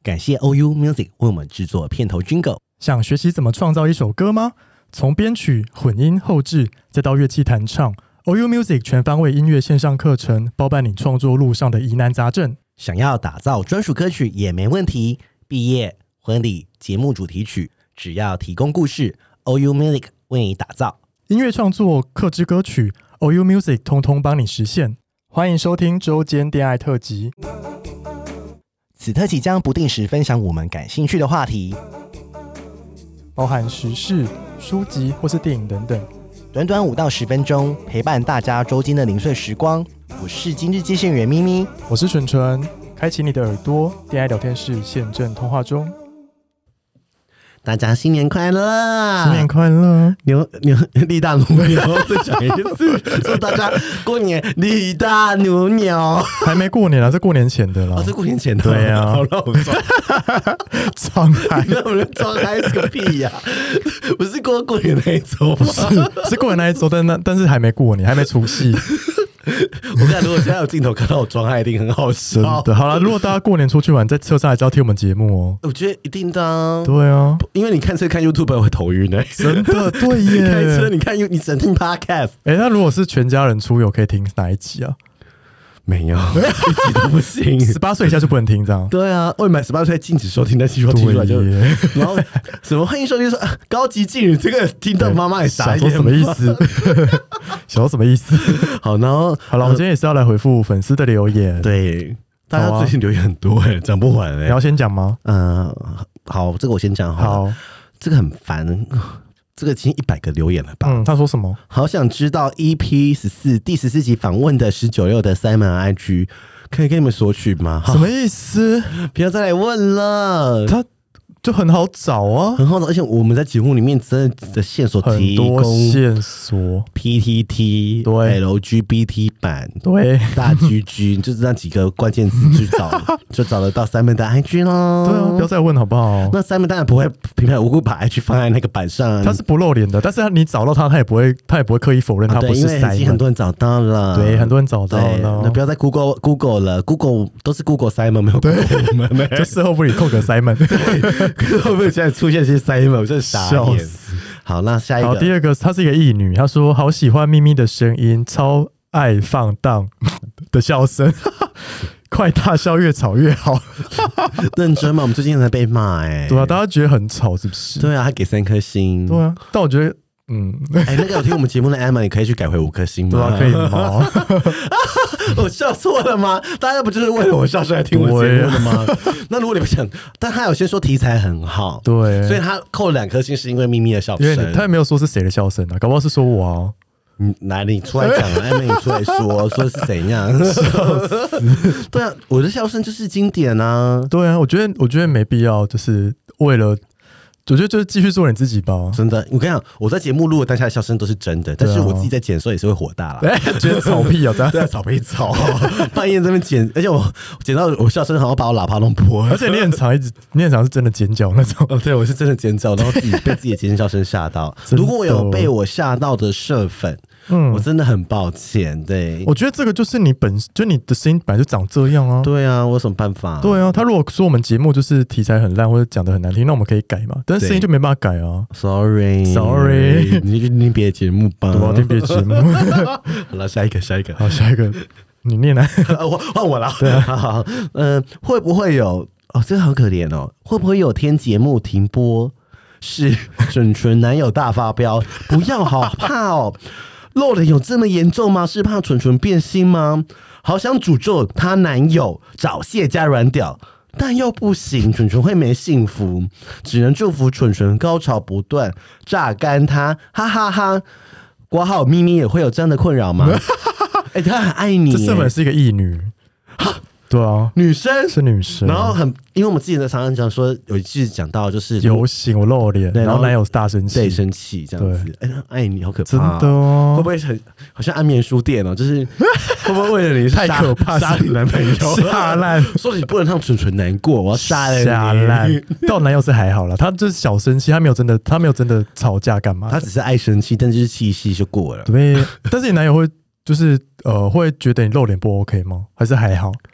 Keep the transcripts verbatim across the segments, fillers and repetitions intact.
感谢 O U Music 为我们制作片头 Jingle。 想学习怎么创造一首歌吗？从编曲、混音、后制，再到乐器弹唱 ，O U Music 全方位音乐线上课程，包办你创作路上的疑难杂症。 想要打造专属歌曲也没问题，毕业、婚礼、节目主题曲，只要提供故事 ，O U Music 为你打造。 音乐创作、客制歌曲 ，O U Music 通通帮你实现。欢迎收听周间恋爱特辑。 此特辑将不定时分享我们感兴趣的话题， 包含时事、书籍或是电影等等， 短短五到十分钟，陪伴大家周间的零碎时光。我是今日接线员咪咪， 我是纯纯，开启你的耳朵，恋爱聊天室现正通话中。 大家新年快乐！ 新年快乐！ 牛牛力大如牛，再讲一次，祝大家过年力大如牛。还没过年啊，是过年前的啦。 哦，是过年前的。 对啊， 好，让我装装嗨， 让我们装嗨是个屁呀、啊！不是过过年那一周吗？ 是是过年那一周，但那但是还没过年，还没除夕。 我看如果现在有镜头看到我装嗨，一定很好笑。 真的，好了，如果大家过年出去玩，在车上还是要听我们节目哦。 我觉得一定的、啊。 对啊， 因为你看车看 YouTube 会头晕的、欸， 真的对耶。 开车你看 You 你只能听 Podcast。 哎、欸，那如果是全家人出游，可以听哪一集啊？ 没有，一集都不行。 十八岁以下就不能听，这样。 对啊，未满十八岁禁止收听，但是说听出来就，然后什么欢迎收听说、啊、高级敬语，这个听到妈妈也傻眼， 想说什么意思？想说什么意思？ 好，然后好了，我们今天也是要来回复粉丝的留言。 对，大家最近留言很多哎、欸，讲不完哎、欸。 你要先讲吗？ 嗯、呃，好，这个我先讲好了。好，这个很烦。这个已经一百个留言了吧？ 嗯，他说什么？ 好想知道 E P 十四第十四集访问的十九六的 Simon I G 可以跟你们索取吗？ 什么意思？ 不要再来问了。 他就很好找啊， 很好找，而且我们在节目里面真的的线索提供很多线索 ，P T T 对 L G B T 版对大 G G 就是那几个关键词去找，就找得到三门的 I G 咯。 对啊，不要再问好不好？ 那三门当然不会平白无故把 I G 放在那个版上， 他是不露脸的，但是你找到他，他也不会，他也不会刻意否认他不是 Simon、啊、 因为已经很多人找到了， 对，很多人找到了。 那不要再 Google Google 了 ，Google 都是 Google Simon 没有 Google 我们， 就事后不理空格 Simon， 对，会不会现在出现一些 Simon， 我真的傻眼。好，那下一个， 好，第二个，她是一个异女，她说好喜欢咪咪的声音，超爱放荡的笑声，快大笑，越吵越好。 认真吗？我们最近在被骂哎、欸， 对啊，大家觉得很吵是不是？ 对啊，还给三颗星。 对啊，但我觉得。嗯， 哎、欸，那个有听我们节目的 Emma， 你可以去改回五颗星吗？ 对啊，可以吗？ 我笑错了吗？大家不就是为了我笑出来听我节目的吗？那如果你们想，但他有先说题材很好， 对， 所以他扣了两颗星是因为咪咪的笑声， 因为他也没有说是谁的笑声啊，搞不好是说我啊。 你来，你出来讲啊，Emma， 你出来说说是怎样？笑死！对啊，我的笑声就是经典啊。 对啊，我觉得我觉得没必要，就是为了。我觉得就是继续做你自己吧， 真的。我跟你讲，我在节目录的当下的笑声都是真的，但是我自己在剪的时候也是会火大啦。 对，觉得草屁啊， 对啊，草屁草，半夜在那边剪，而且我剪到我笑声好像把我喇叭弄破了， 而且你很常一直，你很常是真的尖叫那种。 哦，对，我是真的尖叫，然后自己被自己的尖叫声吓到。如果我有被我吓到的社粉，嗯，我真的很抱歉。对， 我觉得这个就是你本就你的声音本来就长这样啊。 对啊，我有什么办法？ 对啊，他如果说我们节目就是题材很烂或者讲得很难听，那我们可以改嘛。但是声音就没办法改啊。 Sorry，Sorry， 你去听别的节目吧。 我要听别的节目。 好了，下一个，下一个， 好，下一个，你念来。 我换我了。 对啊， 好好，嗯、呃，会不会有？哦，这个好可怜哦。会不会有天节目停播？是纯纯男友大发飙，不要，好怕哦。露脸有这么严重吗？是怕纯纯变心吗？好想诅咒她男友早泄加软屌，但又不行，纯纯会没幸福，只能祝福纯纯高潮不断，榨干她，哈哈哈哈。括号咪咪也会有这样的困扰吗？哎、欸，她很爱你。 这根本是一个异女。对啊， 女生是女生， 然后很，因为我们之前在常常讲说，有一句讲到就是游行我露脸，然后男友大生气， 对，生气这样子，哎、欸，爱你好可怕、 真的哦， 会不会很好像安眠书店哦？就是会不会为了你太可怕， 杀你男朋友， 吓烂， 说你不能让纯纯难过，我要杀了你， 吓烂。但我男友是还好啦，他就是小生气，他没有真的，他没有真的吵架干嘛， 他只是爱生气，但就是气息就过了。 对，但是你男友会就是呃会觉得你露脸不 OK 吗？还是还好？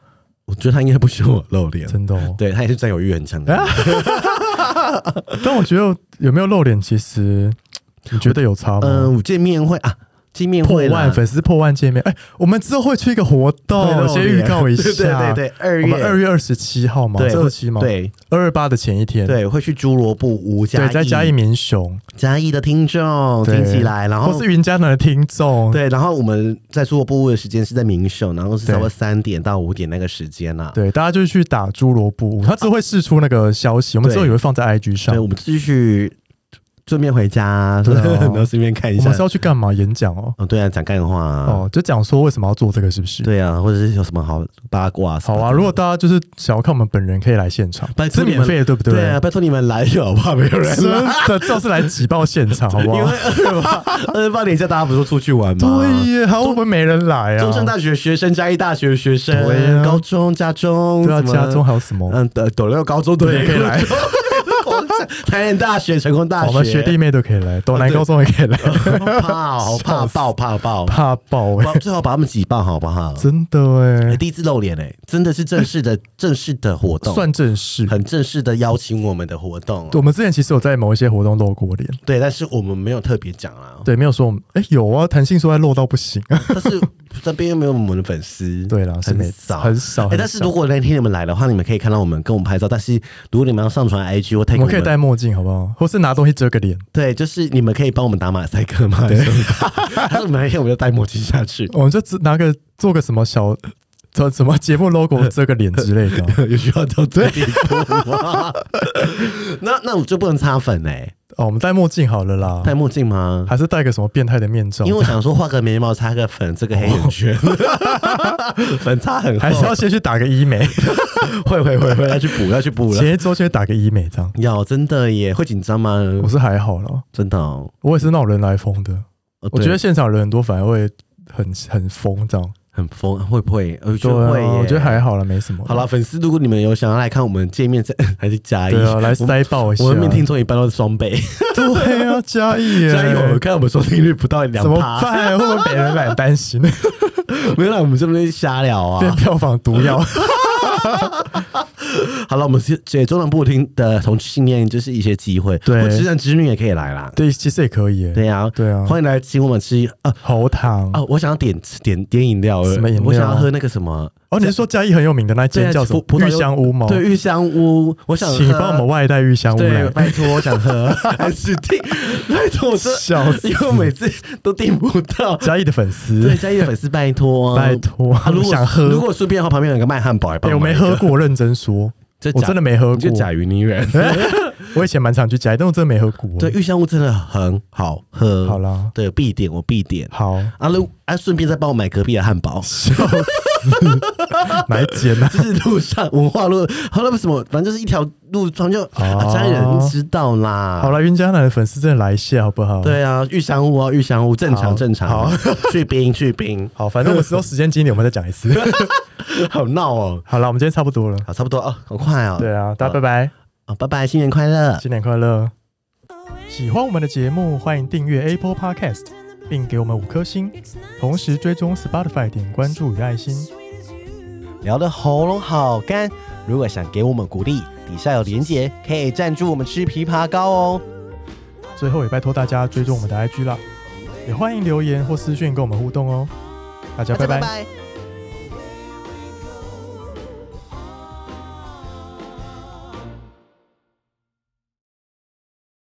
我觉得他应该不希望我露脸， 真的哦。 对他也是占有欲很强的。 但我觉得有没有露脸，其实你觉得有差吗？ 嗯、呃，我见面会啊。见面会破万粉丝破万见面，哎、欸，我们之后会去一个活动，先预告一下。 对对对，二月二月二十七号嘛，二十七吗？ 对， 二二八的前一天， 对，会去侏罗部五嘉义， 对，在嘉义民雄， 嘉义的听众听起来，然后或是云嘉南的听众， 对，然后我们在侏罗部的时间是在民雄，然后是差不多三点到五点那个时间啦、啊。 对，大家就去打侏罗部，他之后会释出那个消息，我们之后也会放在 I G 上。 对，我们继续。顺便回家，对、啊，然后顺便看一下。 我们是要去干嘛？演讲哦。 哦，对啊，讲干话、啊。 哦，就讲说为什么要做这个，是不是？ 对啊，或者是有什么好八卦。 好啊，如果大家就是想要看我们本人，可以来现场， 是免费的，对不对？ 对啊，拜托你们来有怕没有人真的，就是来挤爆现场，好不好？ 因为二二八二二八年假大家不是出去玩吗？ 对耶，还会不会没人来啊？ 中山大学学生、嘉义大学学生， 对啊， 高中、家中， 对啊，家中还有什么？ 嗯，斗六高中对可以来。 台南大学、成功大学， 我们学弟妹都可以来，斗南高中也可以来。 怕好怕爆怕爆怕爆哎！ 最好把他们挤爆好不好？ 真的哎， 第一次露脸哎，真的是正式的正式的活动， 算正式， 很正式的邀请我们的活动。 我们之前其实有在某一些活动露过脸， 对，但是我们没有特别讲啊。 对，没有说我们哎有啊，弹性说在露到不行， 但是这边又没有我们的粉丝， 对啦， 很少很少。 哎，但是如果那天你们来的话，你们可以看到我们跟我们拍照，但是如果你们要上传 I G 或 tag 我们可以戴墨镜好不好？或是拿东西遮个脸？ 对，就是你们可以帮我们打马赛克吗？对，但是我们那天我们就戴墨镜下去， 我们就拿个做个什么小。什么节目 logo 遮个脸之类的， 有需要到这一步吗？那那我就不能擦粉哎、欸。 哦，我们戴墨镜好了啦。 戴墨镜吗？ 还是戴个什么变态的面罩？ 因为我想说画个眉毛擦个粉，这个黑眼圈，哦、粉擦很厚， 还是要先去打个医美。 会会会会要去补要去补了。 前一周先打个医美这样。 要真的耶，会紧张吗？ 我是还好了， 真的、哦， 我也是那种人来疯的。哦、我觉得现场人很多，反而会很很疯这样。 很疯，会不会？我觉得会、啊， 我觉得还好了，没什么。 好了，粉丝，如果你们有想要来看我们见面，还是嘉义， 对啊，来塞爆一下。 我们听众一般都是双倍， 对啊，嘉义耶， 嘉义我看我们收听率不到两趴， 怎么办？会不会被人来担心？ 没有啦，我们这边瞎聊啊， 变票房毒药。 好了，我们解中南部听的同性恋就是一些机会， 对， 我直男直女也可以来啦。 对，其实也可以耶。 对啊， 对啊， 欢迎来请我们吃啊喉糖啊！我想要点点点饮料， 什么饮料？ 我想要喝那个什么。 哦，你是说嘉义很有名的那间叫什么玉香屋吗？ 对，玉香屋，我想请帮我们外带玉香屋来， 拜托，我想喝，还是订，拜托，我这笑死， 因为我每次都订不到。 嘉义的粉丝， 对，嘉义的粉丝，拜托， 拜托，啊、如果想喝， 如果顺便的话，旁边有个卖汉堡，哎、 欸，我没喝过，认真说，我真的没喝过， 就假云泥人。 我以前蛮常去嘉义，但我真的没喝过。 对，玉香屋真的很好喝。 好啦， 对，必点，我必点。 好， 啊，如啊，顺便再帮我买隔壁的汉堡。 笑死，哪一间啊？ 就是路上文化路，好了，什么，反正就是一条路上就啊，嘉义人知道啦。 好了，云嘉南的粉丝真的来一下好不好？ 对啊，玉香屋啊，玉香屋正常正常。好，去冰去冰。 好，反正我们之后时间经理，我们再讲一次。 好闹哦。 好了，我们今天差不多了。 好，差不多哦，好快哦。 对啊，大家拜拜。 哦，拜拜，新年快乐！ 新年快乐！喜欢我们的节目，欢迎订阅 Apple Podcast， 并给我们五颗星，同时追踪 Spotify 点关注与爱心。 聊得喉咙好干，如果想给我们鼓励，底下有连结，可以赞助我们吃枇杷膏哦。 最后也拜托大家追踪我们的 I G 啦，也欢迎留言或私讯跟我们互动哦。大家拜拜。